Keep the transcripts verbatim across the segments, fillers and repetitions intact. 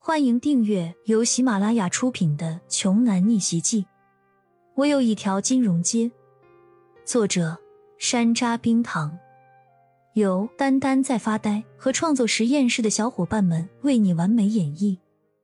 欢迎订阅由喜马拉雅出品的《穷男逆袭记》。我有一条金融街。作者山楂冰糖，由丹丹在发呆和创作实验室的小伙伴们为你完美演绎。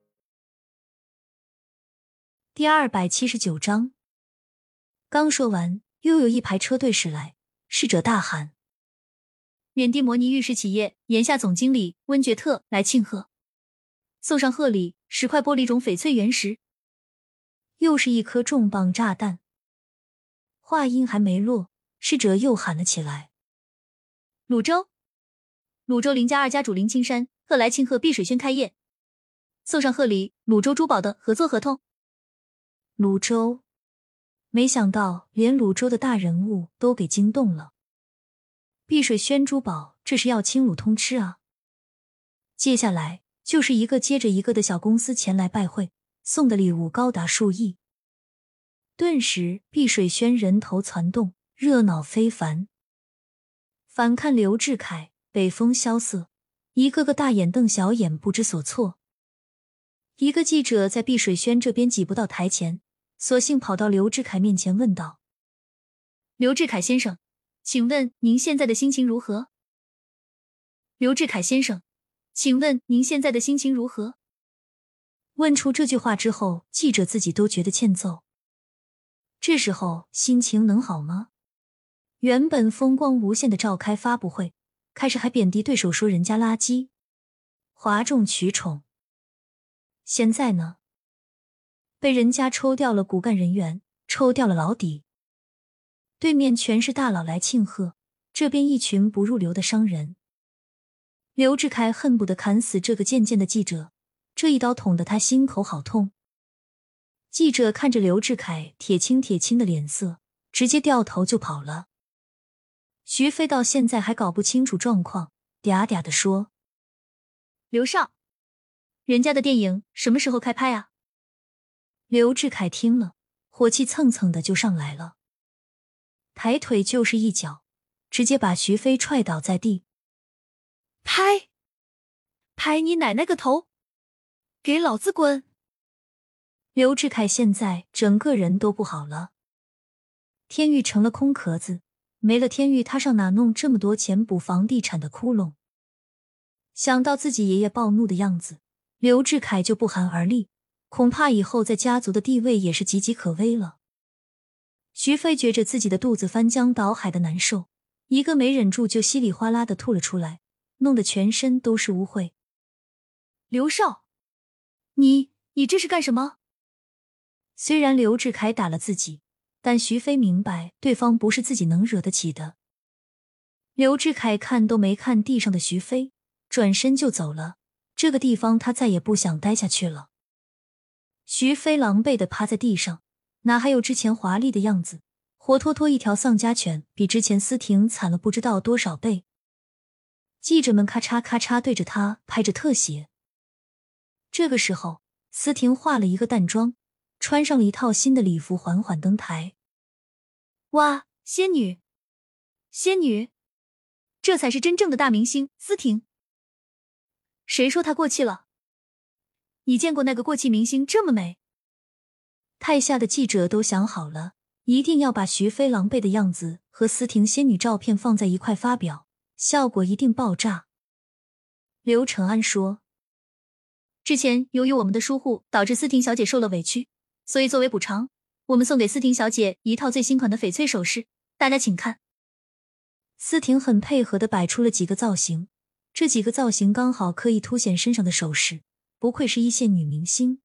第二百七十九章。刚说完，又有一排车队驶来，侍者大喊：远地摩尼玉石企业眼下总经理温觉特来庆贺，送上贺礼十块玻璃种翡翠原石。又是一颗重磅炸弹。话音还没落，侍者又喊了起来：泸州泸州林家二家主林青山特来庆贺碧水轩开业，送上贺礼泸州珠宝的合作合同。泸州，没想到连泸州的大人物都给惊动了。碧水轩珠宝这是要亲泸通吃啊。接下来就是一个接着一个的小公司前来拜会，送的礼物高达数亿。顿时碧水轩人头攒动，热闹非凡。反看刘志凯北风萧瑟，一个个大眼瞪小眼，不知所措。一个记者在碧水轩这边挤不到台前，索性跑到刘志凯面前问道：刘志凯先生，请问您现在的心情如何？刘志凯先生，请问您现在的心情如何？问出这句话之后，记者自己都觉得欠揍。这时候心情能好吗？原本风光无限的召开发布会，开始还贬低对手，说人家垃圾，哗众取宠。现在呢，被人家抽调了骨干人员，抽调了老底。对面全是大佬来庆贺，这边一群不入流的商人。刘志凯恨不得砍死这个贱贱的记者，这一刀捅得他心口好痛。记者看着刘志凯铁青铁青的脸色，直接掉头就跑了。徐飞到现在还搞不清楚状况，嗲嗲地说：刘少，人家的电影什么时候开拍啊？刘志凯听了，火气蹭蹭的就上来了，抬腿就是一脚，直接把徐飞踹倒在地。拍拍你奶奶个头，给老子滚！刘志凯现在整个人都不好了。天域成了空壳子，没了天域他上哪弄这么多钱补房地产的窟窿？想到自己爷爷暴怒的样子，刘志凯就不寒而栗，恐怕以后在家族的地位也是岌岌可危了。徐飞觉着自己的肚子翻江倒海的难受，一个没忍住就稀里哗啦的吐了出来，弄得全身都是污秽。刘少，你你这是干什么？虽然刘志凯打了自己，但徐飞明白对方不是自己能惹得起的。刘志凯看都没看地上的徐飞，转身就走了，这个地方他再也不想待下去了。徐飞狼狈地趴在地上，哪还有之前华丽的样子，活脱脱一条丧家犬，比之前思婷惨了不知道多少倍。记者们咔嚓咔嚓对着他拍着特写。这个时候思婷化了一个淡妆，穿上了一套新的礼服，缓缓登台。哇，仙女仙女，这才是真正的大明星思婷。谁说她过气了？你见过那个过气明星这么美？台下的记者都想好了，一定要把徐飞狼狈的样子和思婷仙女照片放在一块发表，效果一定爆炸。刘承安说，之前由于我们的疏忽导致思婷小姐受了委屈，所以作为补偿，我们送给思婷小姐一套最新款的翡翠首饰，大家请看。思婷很配合地摆出了几个造型，这几个造型刚好可以凸显身上的首饰，不愧是一线女明星。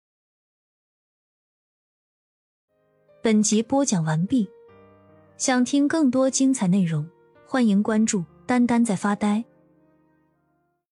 本集播讲完毕，想听更多精彩内容，欢迎关注丹丹在发呆。